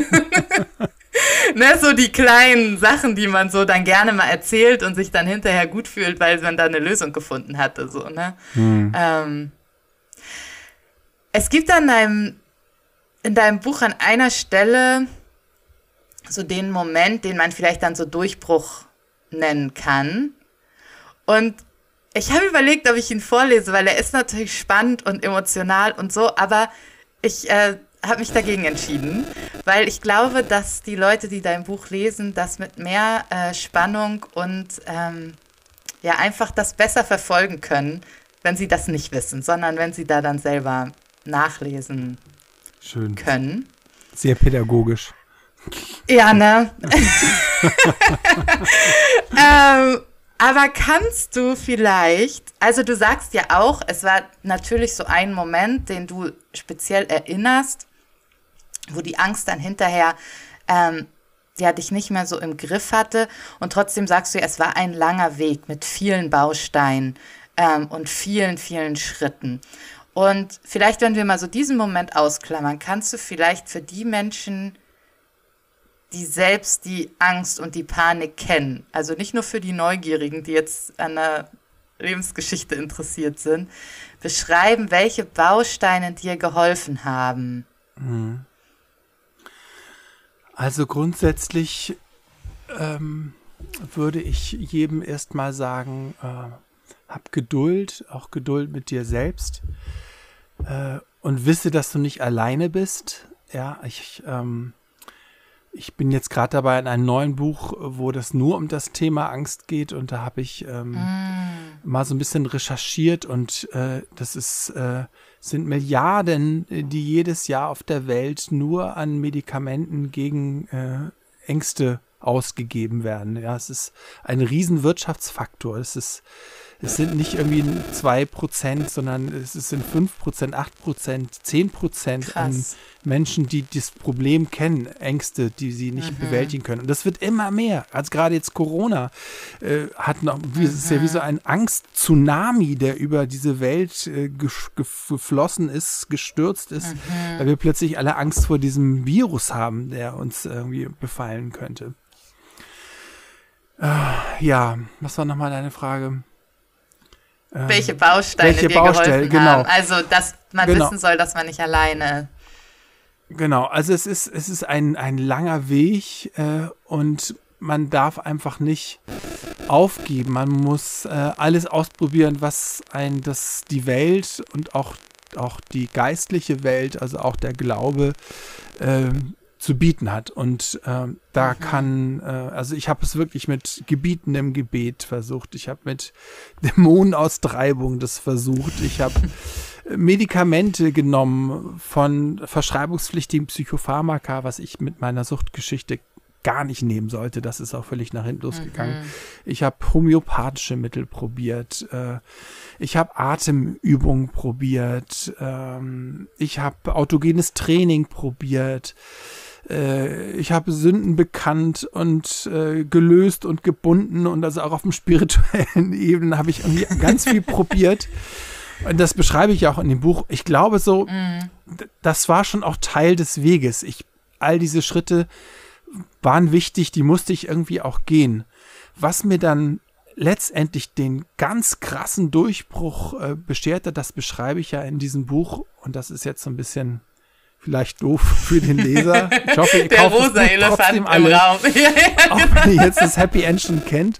ne, so die kleinen Sachen, die man so dann gerne mal erzählt und sich dann hinterher gut fühlt, weil man da eine Lösung gefunden hatte. So, ne? Hm. Ähm, es gibt an deinem, in deinem Buch an einer Stelle so den Moment, den man vielleicht dann so Durchbruch nennen kann. Und ich habe überlegt, ob ich ihn vorlese, weil er ist natürlich spannend und emotional und so, aber ich äh, habe mich dagegen entschieden, weil ich glaube, dass die Leute, die dein Buch lesen, das mit mehr äh, Spannung und ähm, ja einfach das besser verfolgen können, wenn sie das nicht wissen, sondern wenn sie da dann selber nachlesen Schön. können. Sehr pädagogisch. Ja, ne? ähm, aber kannst du vielleicht, also du sagst ja auch, es war natürlich so ein Moment, den du speziell erinnerst, wo die Angst dann hinterher ähm, ja, dich nicht mehr so im Griff hatte und trotzdem sagst du ja, es war ein langer Weg mit vielen Bausteinen ähm, und vielen, vielen Schritten. Und vielleicht, wenn wir mal so diesen Moment ausklammern, kannst du vielleicht für die Menschen, die selbst die Angst und die Panik kennen, also nicht nur für die Neugierigen, die jetzt an der Lebensgeschichte interessiert sind, beschreiben, welche Bausteine dir geholfen haben. Also grundsätzlich ähm, würde ich jedem erstmal sagen, äh, hab Geduld, auch Geduld mit dir selbst äh, und wisse, dass du nicht alleine bist. Ja, ich ähm, Ich bin jetzt gerade dabei in einem neuen Buch, wo das nur um das Thema Angst geht und da habe ich ähm, mm. mal so ein bisschen recherchiert und äh, das ist, äh, sind Milliarden, die jedes Jahr auf der Welt nur an Medikamenten gegen äh, Ängste ausgegeben werden. Ja, es ist ein riesen Wirtschaftsfaktor. Es ist Es sind nicht irgendwie zwei Prozent, sondern es sind fünf Prozent, acht Prozent, zehn Prozent an Menschen, die das Problem kennen, Ängste, die sie nicht mhm. bewältigen können. Und das wird immer mehr. Also gerade jetzt Corona äh, hat noch, wie, mhm. es ist ja wie so ein Angst-Tsunami, der über diese Welt äh, geflossen ist, gestürzt ist, mhm. weil wir plötzlich alle Angst vor diesem Virus haben, der uns irgendwie befallen könnte. Äh, ja, was war nochmal deine Frage? Welche Bausteine welche dir Baustelle, geholfen genau. haben. Also, dass man genau. wissen soll, dass man nicht alleine. Genau, also es ist, es ist ein, ein langer Weg äh, und man darf einfach nicht aufgeben. Man muss äh, alles ausprobieren, was ein das die Welt und auch, auch die geistliche Welt, also auch der Glaube, äh, zu bieten hat. Und äh, da mhm. kann, äh, also ich habe es wirklich mit gebietenem Gebet versucht. Ich habe mit Dämonenaustreibung das versucht. Ich habe Medikamente genommen von verschreibungspflichtigen Psychopharmaka, was ich mit meiner Suchtgeschichte gar nicht nehmen sollte. Das ist auch völlig nach hinten losgegangen. Mhm. Ich habe homöopathische Mittel probiert. Äh, ich habe Atemübungen probiert. Ähm, ich habe autogenes Training probiert. Ich habe Sünden bekannt und äh, gelöst und gebunden und also auch auf dem spirituellen Ebene habe ich irgendwie ganz viel probiert. Und das beschreibe ich ja auch in dem Buch. Ich glaube so, mm. das war schon auch Teil des Weges. Ich, all diese Schritte waren wichtig, die musste ich irgendwie auch gehen. Was mir dann letztendlich den ganz krassen Durchbruch äh, bescherte, das beschreibe ich ja in diesem Buch. Und das ist jetzt so ein bisschen vielleicht doof für den Leser. Ich hoffe, ihr Der kauft rosa es Elefant trotzdem im alle, Raum. auch wenn ihr jetzt das Happy End schon kennt.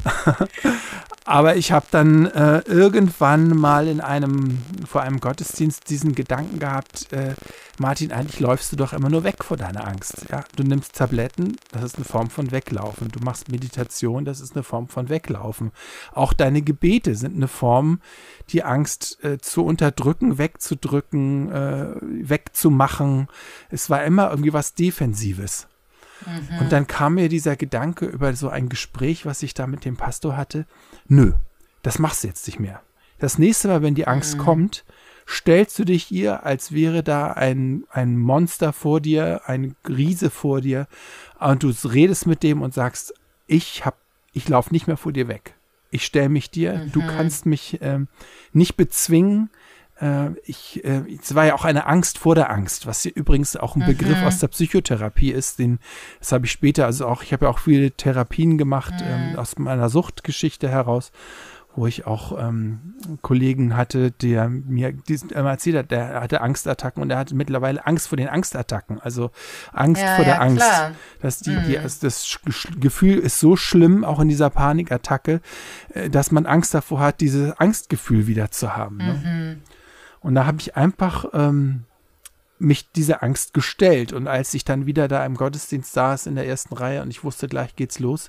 Aber ich habe dann äh, irgendwann mal in einem, vor einem Gottesdienst diesen Gedanken gehabt, äh, Martin, eigentlich läufst du doch immer nur weg vor deiner Angst. Ja? Du nimmst Tabletten, das ist eine Form von Weglaufen. Du machst Meditation, das ist eine Form von Weglaufen. Auch deine Gebete sind eine Form, die Angst äh, zu unterdrücken, wegzudrücken, äh, wegzumachen. Es war immer irgendwie was Defensives. Mhm. Und dann kam mir dieser Gedanke über so ein Gespräch, was ich da mit dem Pastor hatte. Nö, das machst du jetzt nicht mehr. Das nächste Mal, wenn die Angst mhm. kommt, stellst du dich ihr, als wäre da ein, ein Monster vor dir, ein Riese vor dir und du redest mit dem und sagst, ich hab, ich laufe nicht mehr vor dir weg. Ich stelle mich dir, mhm. du kannst mich ähm, nicht bezwingen. Äh, ich, äh, es war ja auch eine Angst vor der Angst, was hier übrigens auch ein mhm. Begriff aus der Psychotherapie ist. Den, das habe ich später, also auch, ich habe ja auch viele Therapien gemacht mhm. ähm, aus meiner Suchtgeschichte heraus, wo ich auch ähm, Kollegen hatte, der mir diesen, äh, erzählt hat, der hatte Angstattacken und er hatte mittlerweile Angst vor den Angstattacken, also Angst ja, vor der ja, Angst. Klar. Dass die, mhm. die, das Gefühl ist so schlimm, auch in dieser Panikattacke, äh, dass man Angst davor hat, dieses Angstgefühl wieder zu haben. Ne? Mhm. Und da habe ich einfach ähm, mich dieser Angst gestellt und als ich dann wieder da im Gottesdienst saß in der ersten Reihe und ich wusste, gleich geht's los,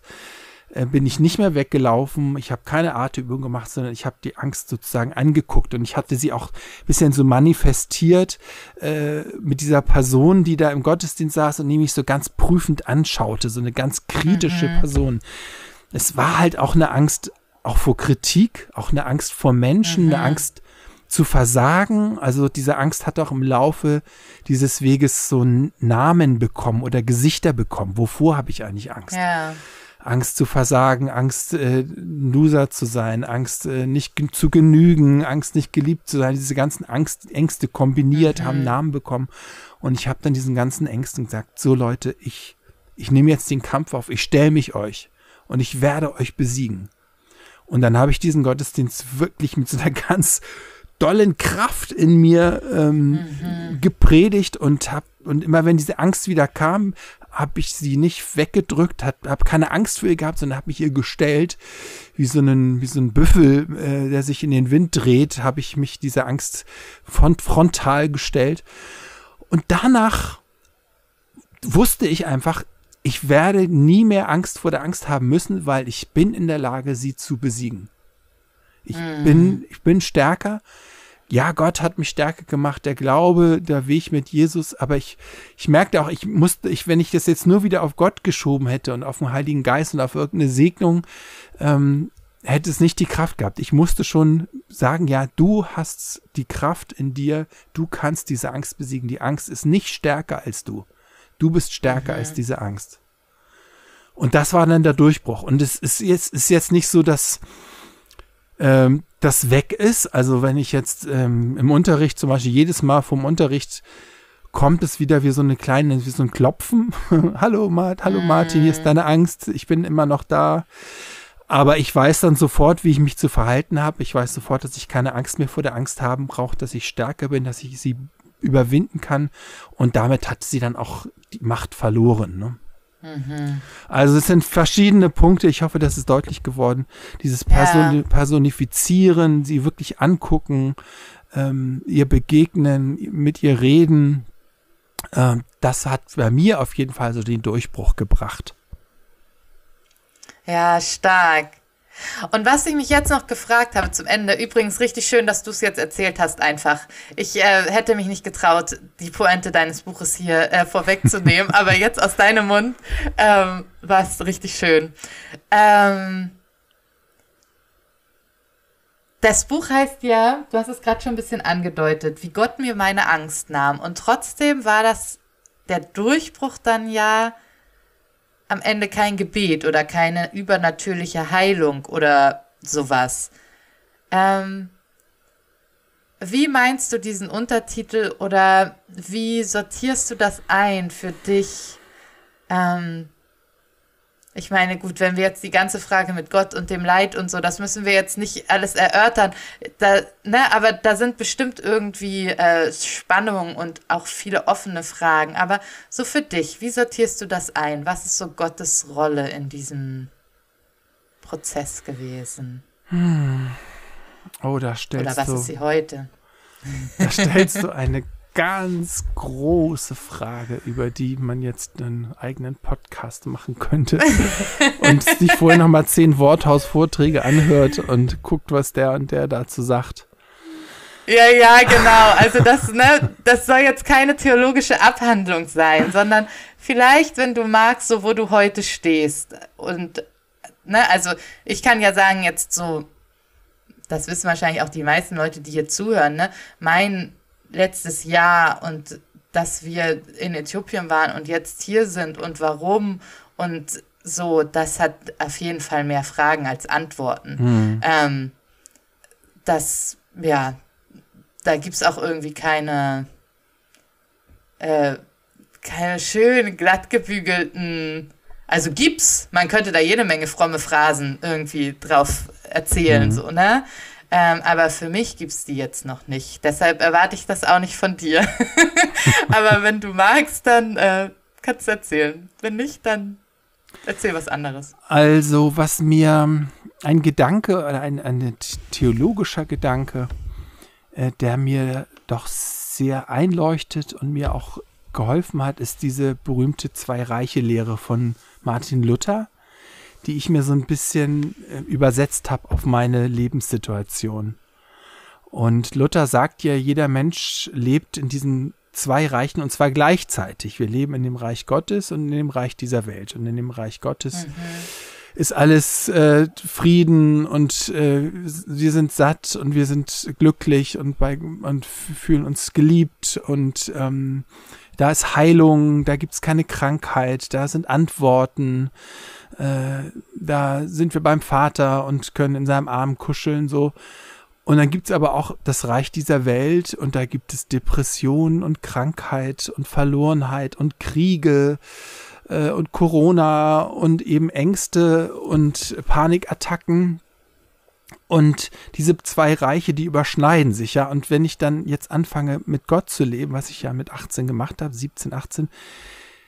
bin ich nicht mehr weggelaufen, ich habe keine Atemübung gemacht, sondern ich habe die Angst sozusagen angeguckt und ich hatte sie auch ein bisschen so manifestiert äh, mit dieser Person, die da im Gottesdienst saß und die mich so ganz prüfend anschaute, so eine ganz kritische mhm. Person. Es war halt auch eine Angst auch vor Kritik, auch eine Angst vor Menschen, mhm. eine Angst zu versagen, also diese Angst hat auch im Laufe dieses Weges so einen Namen bekommen oder Gesichter bekommen. Wovor habe ich eigentlich Angst? Ja. Angst zu versagen, Angst, äh, Loser zu sein, Angst, äh, nicht ge- zu genügen, Angst, nicht geliebt zu sein. Diese ganzen Angst, Ängste kombiniert, mhm. haben Namen bekommen. Und ich habe dann diesen ganzen Ängsten gesagt, so Leute, ich, ich nehme jetzt den Kampf auf, ich stelle mich euch und ich werde euch besiegen. Und dann habe ich diesen Gottesdienst wirklich mit so einer ganz dollen Kraft in mir ähm, mhm. gepredigt und hab, und immer wenn diese Angst wieder kam, habe ich sie nicht weggedrückt, habe keine Angst vor ihr gehabt, sondern habe mich ihr gestellt, wie so ein, wie so ein Büffel, äh, der sich in den Wind dreht, habe ich mich dieser Angst front, frontal gestellt. Und danach wusste ich einfach, ich werde nie mehr Angst vor der Angst haben müssen, weil ich bin in der Lage, sie zu besiegen. Ich mm. bin, ich bin stärker. Ja, Gott hat mich stärker gemacht, der Glaube, der Weg mit Jesus, aber ich, ich merkte auch, ich musste, ich, wenn ich das jetzt nur wieder auf Gott geschoben hätte und auf den Heiligen Geist und auf irgendeine Segnung, ähm, hätte es nicht die Kraft gehabt. Ich musste schon sagen, ja, du hast die Kraft in dir, du kannst diese Angst besiegen. Die Angst ist nicht stärker als du. Du bist stärker mhm. als diese Angst. Und das war dann der Durchbruch. Und es ist jetzt, ist jetzt nicht so, dass ähm, das weg ist. Also wenn ich jetzt ähm, im Unterricht zum Beispiel jedes Mal vom Unterricht kommt es wieder wie so eine kleine, wie so ein Klopfen. Hallo Mart, hallo Martin, hier ist deine Angst. Ich bin immer noch da. Aber ich weiß dann sofort, wie ich mich zu verhalten habe. Ich weiß sofort, dass ich keine Angst mehr vor der Angst haben brauche, dass ich stärker bin, dass ich sie überwinden kann. Und damit hat sie dann auch die Macht verloren. Ne? Mhm. Also es sind verschiedene Punkte. Ich hoffe, das ist deutlich geworden. Dieses Person- ja. Personifizieren, sie wirklich angucken, ähm, ihr begegnen, mit ihr reden. Ähm, das hat bei mir auf jeden Fall so den Durchbruch gebracht. Ja, stark. Und was ich mich jetzt noch gefragt habe zum Ende, übrigens richtig schön, dass du es jetzt erzählt hast einfach. Ich äh, hätte mich nicht getraut, die Pointe deines Buches hier äh, vorwegzunehmen, aber jetzt aus deinem Mund ähm, war es richtig schön. Ähm, das Buch heißt ja, du hast es gerade schon ein bisschen angedeutet, wie Gott mir meine Angst nahm. Und trotzdem war das der Durchbruch dann ja am Ende kein Gebet oder keine übernatürliche Heilung oder sowas. Ähm, wie meinst du diesen Untertitel oder wie sortierst du das ein für dich? Ähm, ich meine, gut, wenn wir jetzt die ganze Frage mit Gott und dem Leid und so, das müssen wir jetzt nicht alles erörtern, da, ne, aber da sind bestimmt irgendwie äh, Spannungen und auch viele offene Fragen. Aber so für dich, wie sortierst du das ein? Was ist so Gottes Rolle in diesem Prozess gewesen? Hm. Oh, da stellst du... Oder was du, ist sie heute? Da stellst du eine ganz große Frage, über die man jetzt einen eigenen Podcast machen könnte und sich vorher nochmal zehn Worthaus-Vorträge anhört und guckt, was der und der dazu sagt. Ja, ja, genau. Also das, ne, das soll jetzt keine theologische Abhandlung sein, sondern vielleicht, wenn du magst, so wo du heute stehst. Und, ne, also ich kann ja sagen jetzt so, das wissen wahrscheinlich auch die meisten Leute, die hier zuhören, ne, mein letztes Jahr und dass wir in Äthiopien waren und jetzt hier sind und warum und so, das hat auf jeden Fall mehr Fragen als Antworten. Mhm. Ähm, das, ja, da gibt es auch irgendwie keine, äh, keine schön glatt gebügelten, also gibt's, man könnte da jede Menge fromme Phrasen irgendwie drauf erzählen, mhm. so, ne? Ähm, aber für mich gibt es die jetzt noch nicht. Deshalb erwarte ich das auch nicht von dir. Aber wenn du magst, dann äh, kannst du erzählen. Wenn nicht, dann erzähl was anderes. Also, was mir ein Gedanke oder ein, ein theologischer Gedanke, äh, der mir doch sehr einleuchtet und mir auch geholfen hat, ist diese berühmte Zwei-Reiche-Lehre von Martin Luther, die ich mir so ein bisschen äh, übersetzt habe auf meine Lebenssituation. Und Luther sagt ja, jeder Mensch lebt in diesen zwei Reichen und zwar gleichzeitig. Wir leben in dem Reich Gottes und in dem Reich dieser Welt. Und in dem Reich Gottes mhm. ist alles äh, Frieden und äh, wir sind satt und wir sind glücklich und, bei, und fühlen uns geliebt und ähm, da ist Heilung, da gibt es keine Krankheit, da sind Antworten. Äh, da sind wir beim Vater und können in seinem Arm kuscheln, so. Und dann gibt's aber auch das Reich dieser Welt und da gibt es Depressionen und Krankheit und Verlorenheit und Kriege äh, und Corona und eben Ängste und Panikattacken. Und diese zwei Reiche, die überschneiden sich ja. Und wenn ich dann jetzt anfange, mit Gott zu leben, was ich ja mit achtzehn gemacht habe, siebzehn, achtzehn,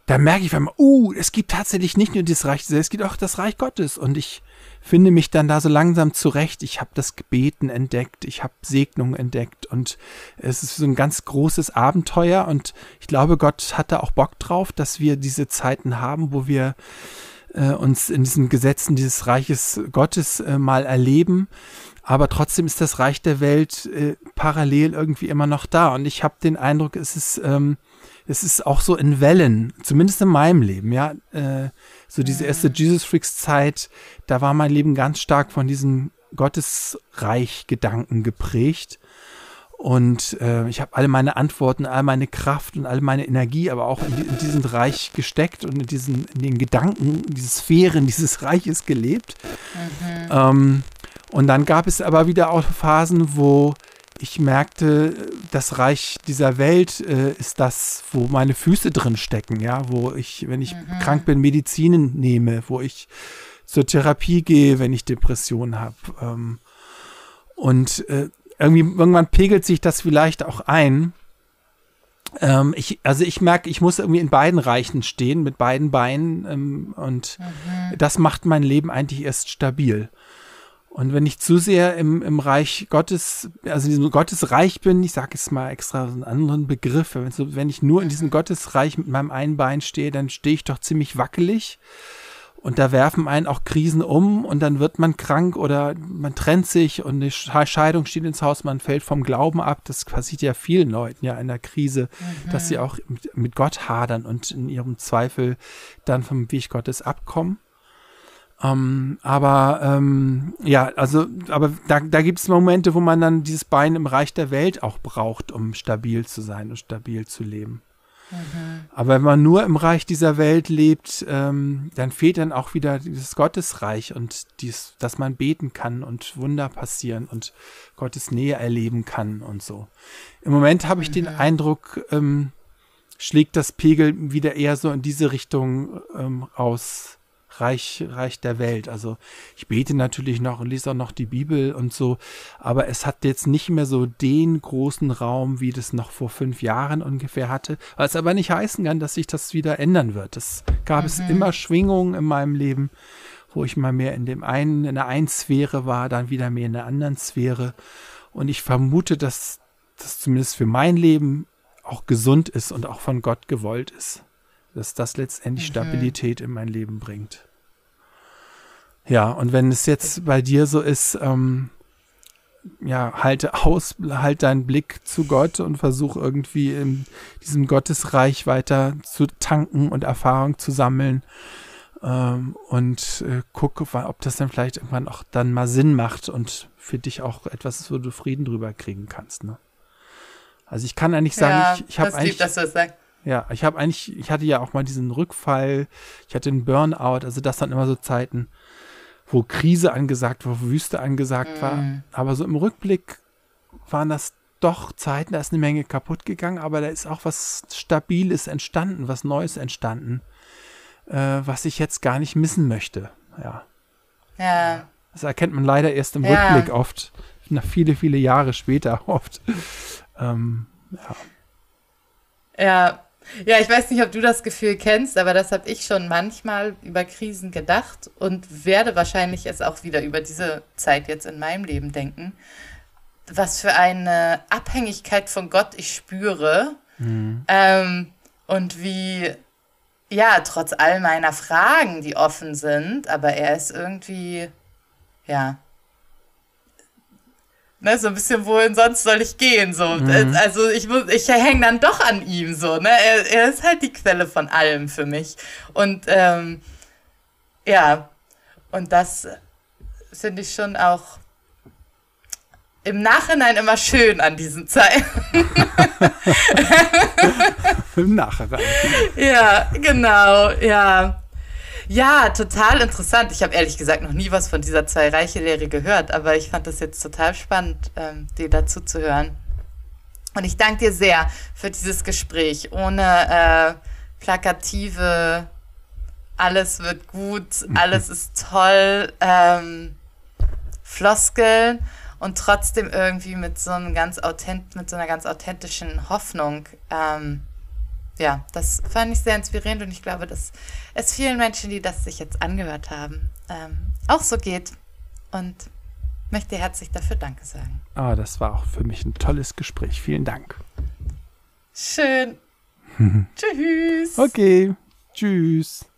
da merke ich einmal, uh, es gibt tatsächlich nicht nur das Reich, es gibt auch das Reich Gottes. Und ich finde mich dann da so langsam zurecht. Ich habe das Gebeten entdeckt, ich habe Segnungen entdeckt und es ist so ein ganz großes Abenteuer. Und ich glaube, Gott hat da auch Bock drauf, dass wir diese Zeiten haben, wo wir äh, uns in diesen Gesetzen dieses Reiches Gottes äh, mal erleben. Aber trotzdem ist das Reich der Welt äh, parallel irgendwie immer noch da. Und ich habe den Eindruck, es ist, ähm, es ist auch so in Wellen, zumindest in meinem Leben, ja. Äh, so diese erste Jesus-Freaks-Zeit, da war mein Leben ganz stark von diesem Gottesreich-Gedanken geprägt. Und äh, ich habe alle meine Antworten, all meine Kraft und all meine Energie, aber auch in, die, in diesen Reich gesteckt und in, diesen, in den Gedanken, diese Sphären dieses Reiches gelebt. Mhm. Ähm, Und dann gab es aber wieder auch Phasen, wo ich merkte, das Reich dieser Welt äh, ist das, wo meine Füße drin stecken, ja, wo ich, wenn ich mhm. krank bin, Medizinen nehme, wo ich zur Therapie gehe, wenn ich Depressionen habe. Ähm, und äh, irgendwie irgendwann pegelt sich das vielleicht auch ein. Ähm, ich, also ich merke, ich muss irgendwie in beiden Reichen stehen, mit beiden Beinen ähm, und mhm. das macht mein Leben eigentlich erst stabil. Und wenn ich zu sehr im, im Reich Gottes, also in diesem Gottesreich bin, ich sage jetzt mal extra so einen anderen Begriff, wenn, so, wenn ich nur in diesem Gottesreich mit meinem einen Bein stehe, dann stehe ich doch ziemlich wackelig und da werfen einen auch Krisen um und dann wird man krank oder man trennt sich und eine Scheidung steht ins Haus, man fällt vom Glauben ab. Das passiert ja vielen Leuten ja in der Krise, mhm. dass sie auch mit, mit Gott hadern und in ihrem Zweifel dann vom Weg Gottes abkommen. Um, aber ähm, ja, also, aber da, da gibt es Momente, wo man dann dieses Bein im Reich der Welt auch braucht, um stabil zu sein und stabil zu leben. Mhm. Aber wenn man nur im Reich dieser Welt lebt, ähm, dann fehlt dann auch wieder dieses Gottesreich und dies, dass man beten kann und Wunder passieren und Gottes Nähe erleben kann und so. Im Moment habe ich mhm. den Eindruck, ähm, schlägt das Pegel wieder eher so in diese Richtung ähm, aus. Reich, Reich der Welt. Also ich bete natürlich noch und lese auch noch die Bibel und so, aber es hat jetzt nicht mehr so den großen Raum, wie das noch vor fünf Jahren ungefähr hatte, was aber nicht heißen kann, dass sich das wieder ändern wird. Es gab mhm. es immer Schwingungen in meinem Leben, wo ich mal mehr in dem einen, in der einen Sphäre war, dann wieder mehr in der anderen Sphäre und ich vermute, dass das zumindest für mein Leben auch gesund ist und auch von Gott gewollt ist. Dass das letztendlich mhm. Stabilität in mein Leben bringt. Ja, und wenn es jetzt bei dir so ist, ähm, ja, halte aus, halt deinen Blick zu Gott und versuch irgendwie in diesem Gottesreich weiter zu tanken und Erfahrung zu sammeln ähm, und äh, guck, ob das dann vielleicht irgendwann auch dann mal Sinn macht und für dich auch etwas ist, wo du Frieden drüber kriegen kannst. Ne? Also ich kann eigentlich sagen, ja, ich, ich habe eigentlich... Lieb, dass du das sagst. Ja, ich habe eigentlich, ich hatte ja auch mal diesen Rückfall, ich hatte einen Burnout, also das waren immer so Zeiten, wo Krise angesagt war, wo Wüste angesagt mm. war. Aber so im Rückblick waren das doch Zeiten, da ist eine Menge kaputt gegangen, aber da ist auch was Stabiles entstanden, was Neues entstanden, äh, was ich jetzt gar nicht missen möchte. Ja. Ja. Das erkennt man leider erst im ja. Rückblick oft, nach viele, viele Jahre später oft. Ähm, ja. Ja. Ja, ich weiß nicht, ob du das Gefühl kennst, aber das habe ich schon manchmal über Krisen gedacht und werde wahrscheinlich es auch wieder über diese Zeit jetzt in meinem Leben denken. Was für eine Abhängigkeit von Gott ich spüre mhm. ähm, und wie, ja, trotz all meiner Fragen, die offen sind, aber er ist irgendwie, ja, ne, so ein bisschen, wohin sonst soll ich gehen, so. Mhm. Also ich muss, ich hänge dann doch an ihm, so, ne, er, er ist halt die Quelle von allem für mich und, ähm, ja, und das finde ich schon auch im Nachhinein immer schön an diesen Zeiten. Im Nachhinein. Ja, genau, ja. Ja, total interessant. Ich habe ehrlich gesagt noch nie was von dieser Zwei-Reiche-Lehre gehört, aber ich fand das jetzt total spannend, ähm, dir dazu zu hören. Und ich danke dir sehr für dieses Gespräch. Ohne äh, plakative, alles wird gut, alles ist toll, ähm, Floskeln und trotzdem irgendwie mit so einem ganz authent- mit so einer ganz authentischen Hoffnung. Ähm, ja, das fand ich sehr inspirierend und ich glaube, dass es vielen Menschen, die das sich jetzt angehört haben, ähm, auch so geht. Und möchte herzlich dafür Danke sagen. Ah, das war auch für mich ein tolles Gespräch. Vielen Dank. Schön. Tschüss. Okay, tschüss.